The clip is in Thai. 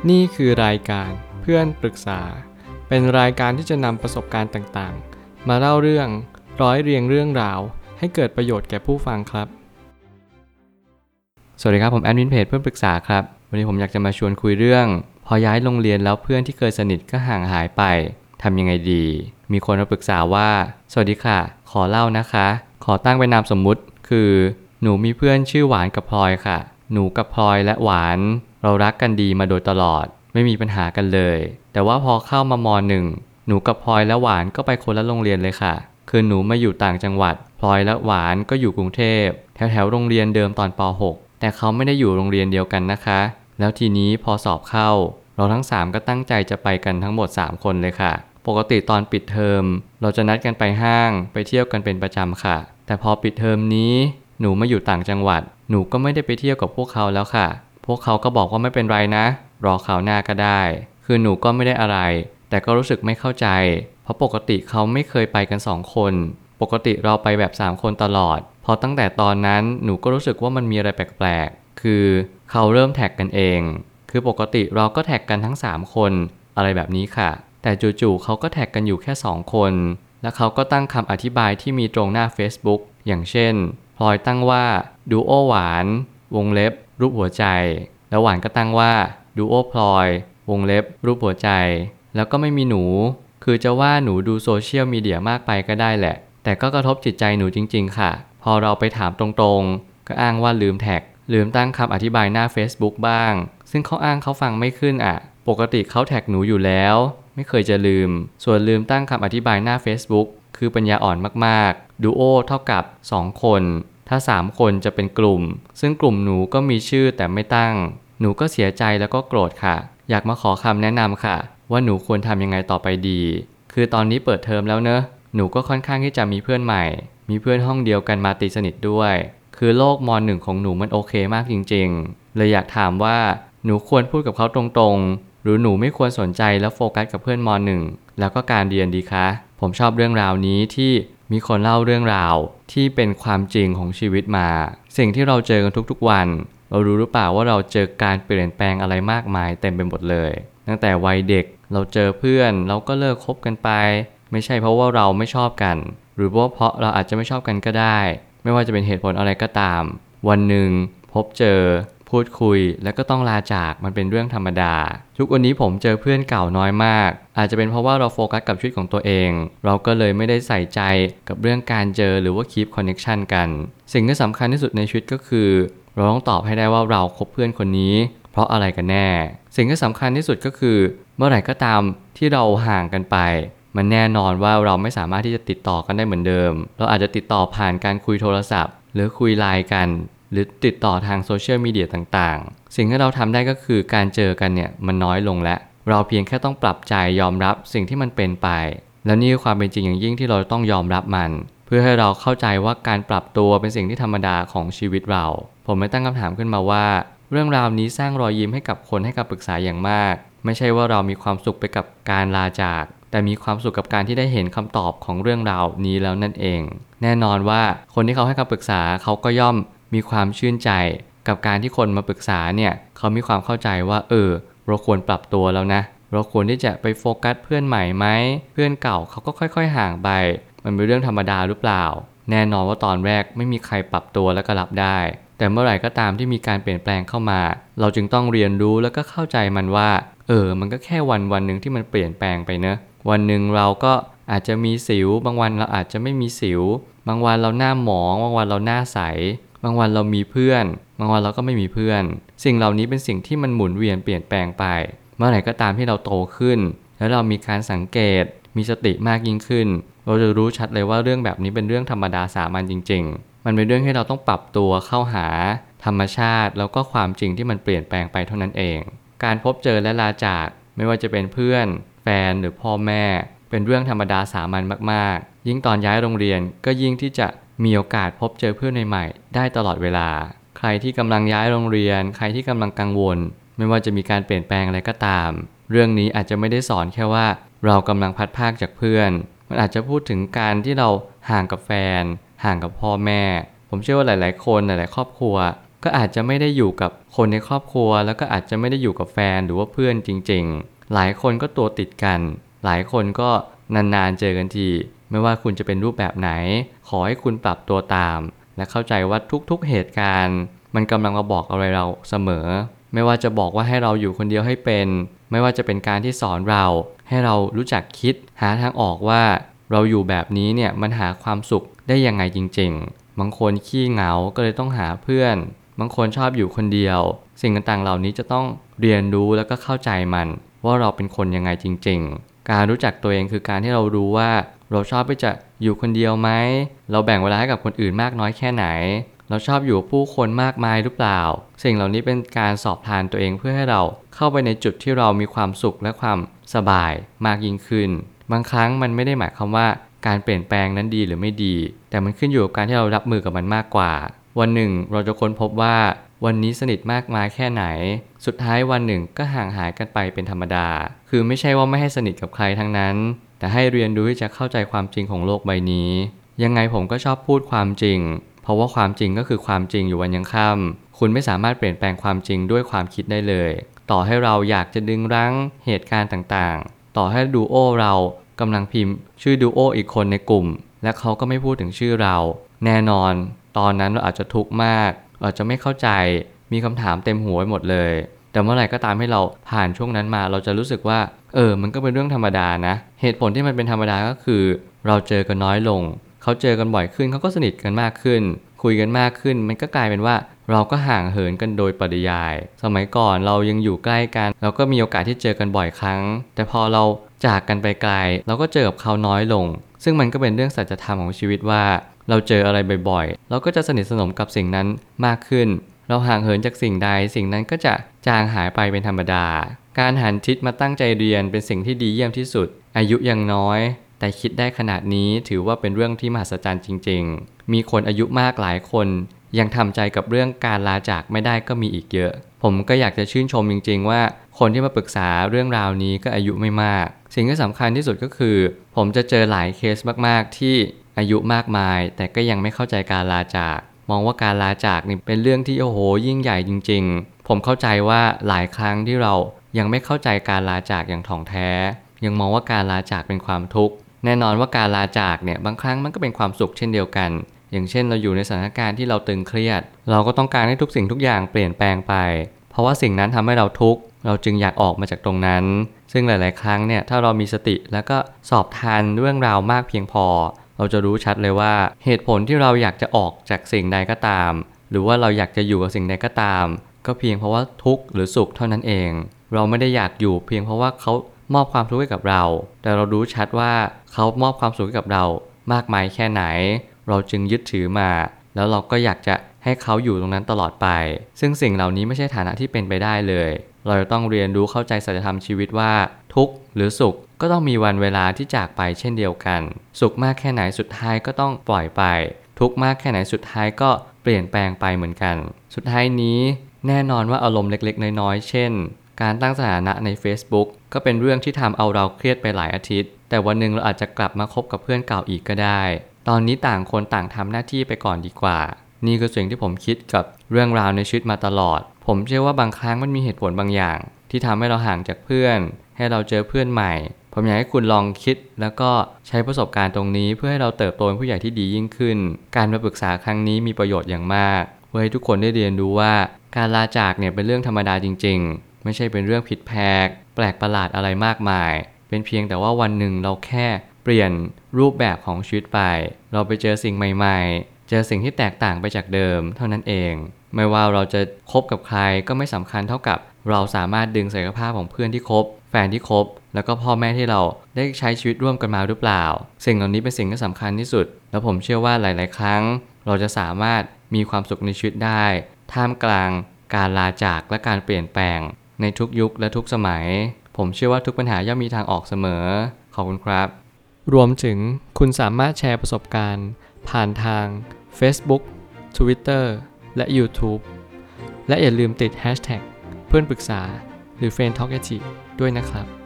นี่คือรายการเพื่อนปรึกษาเป็นรายการที่จะนำประสบการณ์ต่างๆมาเล่าเรื่องร้อยเรียงเรื่องราวให้เกิดประโยชน์แก่ผู้ฟังครับสวัสดีครับผมแอดมินเพจเพื่อนปรึกษาครับวันนี้ผมอยากจะมาชวนคุยเรื่องพอย้ายโรงเรียนแล้วเพื่อนที่เคยสนิทก็ห่างหายไปทำยังไงดีมีคนมาปรึกษาว่าสวัสดีค่ะขอเล่านะคะขอตั้งเป็นนามสมมุติคือหนูมีเพื่อนชื่อหวานกับพลอยค่ะหนูกับพลอยและหวานเรารักกันดีมาโดยตลอดไม่มีปัญหากันเลยแต่ว่าพอเข้ามาม.1 หนูกับพลอยและหวานก็ไปคนละโรงเรียนเลยค่ะคือหนูมาอยู่ต่างจังหวัดพลอยและหวานก็อยู่กรุงเทพแถวโรงเรียนเดิมตอนป.6 แต่เขาไม่ได้อยู่โรงเรียนเดียวกันนะคะแล้วทีนี้พอสอบเข้าเราทั้ง3ก็ตั้งใจจะไปกันทั้งหมด3คนเลยค่ะปกติตอนปิดเทอมเราจะนัดกันไปห้างไปเที่ยวกันเป็นประจำค่ะแต่พอปิดเทอมนี้หนูมาอยู่ต่างจังหวัดหนูก็ไม่ได้ไปเที่ยวกับพวกเขาแล้วค่ะพวกเขาก็บอกว่าไม่เป็นไรนะรอคราวหน้าก็ได้คือหนูก็ไม่ได้อะไรแต่ก็รู้สึกไม่เข้าใจเพราะปกติเขาไม่เคยไปกัน2คนปกติเราไปแบบ3คนตลอดพอตั้งแต่ตอนนั้นหนูก็รู้สึกว่ามันมีอะไรแปลกๆคือเขาเริ่มแท็กกันเองคือปกติเราก็แท็กกันทั้ง3คนอะไรแบบนี้ค่ะแต่จู่ๆเขาก็แท็กกันอยู่แค่2คนและเขาก็ตั้งคำอธิบายที่มีตรงหน้า Facebook อย่างเช่นพลอยตั้งว่าดูโอหวานวงเล็บรูปหัวใจแล้วหวานก็ตั้งว่าดูโอพลอยวงเล็บรูปหัวใจแล้วก็ไม่มีหนูคือจะว่าหนูดูโซเชียลมีเดียมากไปก็ได้แหละแต่ก็กระทบจิตใจหนูจริงๆค่ะพอเราไปถามตรงๆก็อ้างว่าลืมแท็กลืมตั้งคำอธิบายหน้า Facebook บ้างซึ่งเขาอ้างเขาฟังไม่ขึ้นปกติเขาแท็กหนูอยู่แล้วไม่เคยจะลืมส่วนลืมตั้งคำอธิบายหน้า Facebook คือปัญญาอ่อนมากๆดูโอเท่ากับ2คนถ้า3คนจะเป็นกลุ่มซึ่งกลุ่มหนูก็มีชื่อแต่ไม่ตั้งหนูก็เสียใจแล้วก็โกรธค่ะอยากมาขอคำแนะนำค่ะว่าหนูควรทำยังไงต่อไปดีคือตอนนี้เปิดเทอมแล้วเนอะหนูก็ค่อนข้างที่จะมีเพื่อนใหม่มีเพื่อนห้องเดียวกันมาตีสนิทด้วยคือโลกม.1 ของหนูมันโอเคมากจริงๆเลยอยากถามว่าหนูควรพูดกับเขาตรงๆหรือหนูไม่ควรสนใจแล้วโฟกัสกับเพื่อนม.1 แล้วก็การเรียนดีคะผมชอบเรื่องราวนี้ที่มีคนเล่าเรื่องราวที่เป็นความจริงของชีวิตมาสิ่งที่เราเจอกันทุกๆวันเรารู้หรือเปล่าว่าเราเจอการเปลี่ยนแปลงอะไรมากมายเต็มไปหมดเลยตั้งแต่วัยเด็กเราเจอเพื่อนเราก็เลิกคบกันไปไม่ใช่เพราะว่าเราไม่ชอบกันหรือว่าเพราะเราอาจจะไม่ชอบกันก็ได้ไม่ว่าจะเป็นเหตุผลอะไรก็ตามวันหนึ่งพบเจอพูดคุยแล้วก็ต้องลาจากมันเป็นเรื่องธรรมดาทุกวันนี้ผมเจอเพื่อนเก่าน้อยมากอาจจะเป็นเพราะว่าเราโฟกัสกับชีวิตของตัวเองเราก็เลยไม่ได้ใส่ใจกับเรื่องการเจอหรือว่า keep connection กันสิ่งที่สำคัญที่สุดในชีวิตก็คือเราต้องตอบให้ได้ว่าเราคบเพื่อนคนนี้เพราะอะไรกันแน่สิ่งที่สำคัญที่สุดก็คือเมื่อไหร่ก็ตามที่เราห่างกันไปมันแน่นอนว่าเราไม่สามารถที่จะติดต่อกันได้เหมือนเดิมเราอาจจะติดต่อผ่านการคุยโทรศัพท์หรือคุยไลน์กันหรือติดต่อทางโซเชียลมีเดียต่างๆสิ่งที่เราทำได้ก็คือการเจอกันเนี่ยมันน้อยลงแล้วเราเพียงแค่ต้องปรับใจยอมรับสิ่งที่มันเป็นไปแล้วนี่คือความเป็นจริงอย่างยิ่งที่เราต้องยอมรับมันเพื่อให้เราเข้าใจว่าการปรับตัวเป็นสิ่งที่ธรรมดาของชีวิตเราผมไม่ตั้งคำถามขึ้นมาว่าเรื่องราวนี้สร้างรอยยิ้มให้กับคนให้คำปรึกษาอย่างมากไม่ใช่ว่าเรามีความสุขไปกับการลาจากแต่มีความสุขกับการที่ได้เห็นคำตอบของเรื่องราวนี้แล้วนั่นเองแน่นอนว่าคนที่เขาให้คำปรึกษาเขาก็ย่อมมีความชื่นใจกับการที่คนมาปรึกษาเนี่ยเขามีความเข้าใจว่าเราควรปรับตัวแล้วนะเราควรที่จะไปโฟกัสเพื่อนใหม่ไหมเพื่อนเก่าเขาก็ค่อยๆห่างไปมันเป็นเรื่องธรรมดาหรือเปล่าแน่นอนว่าตอนแรกไม่มีใครปรับตัวและก็รับได้แต่เมื่อไหร่ก็ตามที่มีการเปลี่ยนแปลงเข้ามาเราจึงต้องเรียนรู้แล้วก็เข้าใจมันว่ามันก็แค่วันหนึ่งที่มันเปลี่ยนแปลงไปเนอะวันหนึ่งเราก็อาจจะมีสิวบางวันเราอาจจะไม่มีสิวบางวันเราหน้าหมองบางวันเราหน้าใสบางวันเรามีเพื่อนบางวันเราก็ไม่มีเพื่อนสิ่งเหล่านี้เป็นสิ่งที่มันหมุนเวียนเปลี่ยนแปลงไปเมื่อไหร่ก็ตามที่เราโตขึ้นแล้วเรามีการสังเกตมีสติมากยิ่งขึ้นเราจะรู้ชัดเลยว่าเรื่องแบบนี้เป็นเรื่องธรรมดาสามัญจริงๆมันเป็นเรื่องที่เราต้องปรับตัวเข้าหาธรรมชาติแล้วก็ความจริงที่มันเปลี่ยนแปลงไปเท่านั้นเองการพบเจอและลาจากไม่ว่าจะเป็นเพื่อนแฟนหรือพ่อแม่เป็นเรื่องธรรมดาสามัญมากๆยิ่งตอนย้ายโรงเรียนก็ยิ่งที่จะมีโอกาสพบเจอเพื่อนใหม่ๆได้ตลอดเวลาใครที่กำลังย้ายโรงเรียนใครที่กำลังกังวลไม่ว่าจะมีการเปลี่ยนแปลงอะไรก็ตามเรื่องนี้อาจจะไม่ได้สอนแค่ว่าเรากำลังพัดพรากจากเพื่อนมันอาจจะพูดถึงการที่เราห่างกับแฟนห่างกับพ่อแม่ผมเชื่อว่าหลายๆคนหลายๆครอบครัวก็อาจจะไม่ได้อยู่กับคนในครอบครัวแล้วก็อาจจะไม่ได้อยู่กับแฟนหรือว่าเพื่อนจริงๆหลายคนก็ตัวติดกันหลายคนก็นานๆเจอกันทีไม่ว่าคุณจะเป็นรูปแบบไหนขอให้คุณปรับตัวตามและเข้าใจว่าทุกๆเหตุการณ์มันกำลังมาบอกอะไรเราเสมอไม่ว่าจะบอกว่าให้เราอยู่คนเดียวให้เป็นไม่ว่าจะเป็นการที่สอนเราให้เรารู้จักคิดหาทางออกว่าเราอยู่แบบนี้เนี่ยมันหาความสุขได้ยังไงจริงๆบางคนขี้เหงาก็เลยต้องหาเพื่อนบางคนชอบอยู่คนเดียวสิ่งต่างๆเหล่านี้จะต้องเรียนรู้แล้วก็เข้าใจมันว่าเราเป็นคนยังไงจริงๆการรู้จักตัวเองคือการที่เรารู้ว่าเราชอบที่จะอยู่คนเดียวไหมเราแบ่งเวลาให้กับคนอื่นมากน้อยแค่ไหนเราชอบอยู่กับผู้คนมากมายหรือเปล่าสิ่งเหล่านี้เป็นการสอบทานตัวเองเพื่อให้เราเข้าไปในจุดที่เรามีความสุขและความสบายมากยิ่งขึ้นบางครั้งมันไม่ได้หมายความว่าการเปลี่ยนแปลงนั้นดีหรือไม่ดีแต่มันขึ้นอยู่กับการที่เรารับมือกับมันมากกว่าวันหนึ่งเราจะค้นพบว่าวันนี้สนิทมากมายแค่ไหนสุดท้ายวันหนึ่งก็ห่างหายกันไปเป็นธรรมดาคือไม่ใช่ว่าไม่ให้สนิทกับใครทั้งนั้นแต่ให้เรียนรู้ที่จะเข้าใจความจริงของโลกใบนี้ยังไงผมก็ชอบพูดความจริงเพราะว่าความจริงก็คือความจริงอยู่วันยังค่ำคุณไม่สามารถเปลี่ยนแปลงความจริงด้วยความคิดได้เลยต่อให้เราอยากจะดึงรั้งเหตุการณ์ต่างๆต่อให้ดูโอเรากำลังพิมพ์ชื่อดูโออีกคนในกลุ่มและเขาก็ไม่พูดถึงชื่อเราแน่นอนตอนนั้นเราอาจจะทุกข์มากอาจจะไม่เข้าใจมีคำถามเต็มหัวไปหมดเลยแต่เมื่อไหร่ก็ตามให้เราผ่านช่วงนั้นมาเราจะรู้สึกว่ามันก็เป็นเรื่องธรรมดานะเหตุผลที่มันเป็นธรรมดาก็คือเราเจอกันน้อยลงเขาเจอกันบ่อยขึ้นเขาก็สนิทกันมากขึ้นคุยกันมากขึ้นมันก็กลายเป็นว่าเราก็ห่างเหินกันโดยปริยายสมัยก่อนเรายังอยู่ใกล้กันเราก็มีโอกาสที่เจอกันบ่อยครั้งแต่พอเราจากกันไปไกลเราก็เจอกับเขาน้อยลงซึ่งมันก็เป็นเรื่องสัจธรรมของชีวิตว่าเราเจออะไรบ่อยๆเราก็จะสนิทสนมกับสิ่งนั้นมากขึ้นเราห่างเหินจากสิ่งใดสิ่งนั้นก็จะจางหายไปเป็นธรรมดาการหันทิศมาตั้งใจเรียนเป็นสิ่งที่ดีเยี่ยมที่สุดอายุยังน้อยแต่คิดได้ขนาดนี้ถือว่าเป็นเรื่องที่มหัศจรรย์จริงๆมีคนอายุมากหลายคนยังทำใจกับเรื่องการลาจากไม่ได้ก็มีอีกเยอะผมก็อยากจะชื่นชมจริงๆว่าคนที่มาปรึกษาเรื่องราวนี้ก็อายุไม่มากสิ่งที่สำคัญที่สุดก็คือผมจะเจอหลายเคสมากๆที่อายุมากมายแต่ก็ยังไม่เข้าใจการลาจากมองว่าการลาจากนี่เป็นเรื่องที่โอ้โหยิ่งใหญ่จริงๆผมเข้าใจว่าหลายครั้งที่เรายังไม่เข้าใจการลาจากอย่างถ่องแท้ยังมองว่าการลาจากเป็นความทุกข์แน่นอนว่าการลาจากเนี่ยบางครั้งมันก็เป็นความสุขเช่นเดียวกันอย่างเช่นเราอยู่ในสถานการณ์ที่เราตึงเครียดเราก็ต้องการให้ทุกสิ่งทุกอย่างเปลี่ยนแปลงไปเพราะว่าสิ่งนั้นทำให้เราทุกข์เราจึงอยากออกมาจากตรงนั้นซึ่งหลายๆครั้งเนี่ยถ้าเรามีสติแล้วก็สอบทานเรื่องราวมากเพียงพอเราจะรู้ชัดเลยว่าเหตุผลที่เราอยากจะออกจากสิ่งใดก็ตามหรือว่าเราอยากจะอยู่กับสิ่งใดก็ตามก็เพียงเพราะว่าทุกข์หรือสุขเท่านั้นเองเราไม่ได้อยากอยู่เพียงเพราะว่าเขามอบความทุกข์ให้กับเราแต่เรารู้ชัดว่าเขามอบความสุขให้กับเรามากมายแค่ไหนเราจึงยึดถือมาแล้วเราก็อยากจะให้เขาอยู่ตรงนั้นตลอดไปซึ่งสิ่งเหล่านี้ไม่ใช่ฐานะที่เป็นไปได้เลยเราจะต้องเรียนรู้เข้าใจสัจธรรมชีวิตว่าทุกข์หรือสุขก็ต้องมีวันเวลาที่จากไปเช่นเดียวกันสุขมากแค่ไหนสุดท้ายก็ต้องปล่อยไปทุกข์มากแค่ไหนสุดท้ายก็เปลี่ยนแปลงไปเหมือนกันสุดท้ายนี้แน่นอนว่าอารมณ์เล็กๆน้อยๆเช่นการตั้งสถานะใน Facebook ก็เป็นเรื่องที่ทำเอาเราเครียดไปหลายอาทิตย์แต่วันหนึ่งเราอาจจะกลับมาคบกับเพื่อนเก่าอีกก็ได้ตอนนี้ต่างคนต่างทำหน้าที่ไปก่อนดีกว่านี่คือสิ่งที่ผมคิดกับเรื่องราวในชีวิตมาตลอดผมเชื่อว่าบางครั้งมันมีเหตุผลบางอย่างที่ทำให้เราห่างจากเพื่อนให้เราเจอเพื่อนใหม่ผมอยากให้คุณลองคิดแล้วก็ใช้ประสบการณ์ตรงนี้เพื่อให้เราเติบโตเป็นผู้ใหญ่ที่ดียิ่งขึ้นการมาปรึกษาครั้งนี้มีประโยชน์อย่างมากเพื่อให้ทุกคนได้เรียนรู้ว่าการลาจากเนี่ยเป็นเรื่องธรรมดาจริงๆไม่ใช่เป็นเรื่องผิดแผกแปลกประหลาดอะไรมากมายเป็นเพียงแต่ว่าวันหนึ่งเราแค่เปลี่ยนรูปแบบของชีวิตไปเราไปเจอสิ่งใหม่ๆเจอสิ่งที่แตกต่างไปจากเดิมเท่านั้นเองไม่ว่าเราจะคบกับใครก็ไม่สำคัญเท่ากับเราสามารถดึงศักยภาพของเพื่อนที่คบแฟนที่คบแล้วก็พ่อแม่ที่เราได้ใช้ชีวิตร่วมกันมาหรือเปล่าสิ่งเหล่านี้เป็นสิ่งที่สำคัญที่สุดแล้วผมเชื่อว่าหลายๆครั้งเราจะสามารถมีความสุขในชีวิตได้ท่ามกลางการลาจากและการเปลี่ยนแปลงในทุกยุคและทุกสมัยผมเชื่อว่าทุกปัญหาย่อมมีทางออกเสมอขอบคุณครับรวมถึงคุณสามารถแชร์ประสบการณ์ผ่านทาง Facebook Twitter และ YouTube และอย่าลืมติด Hashtag เพื่อนปรึกษาหรือ Friend Talkative ด้วยนะครับ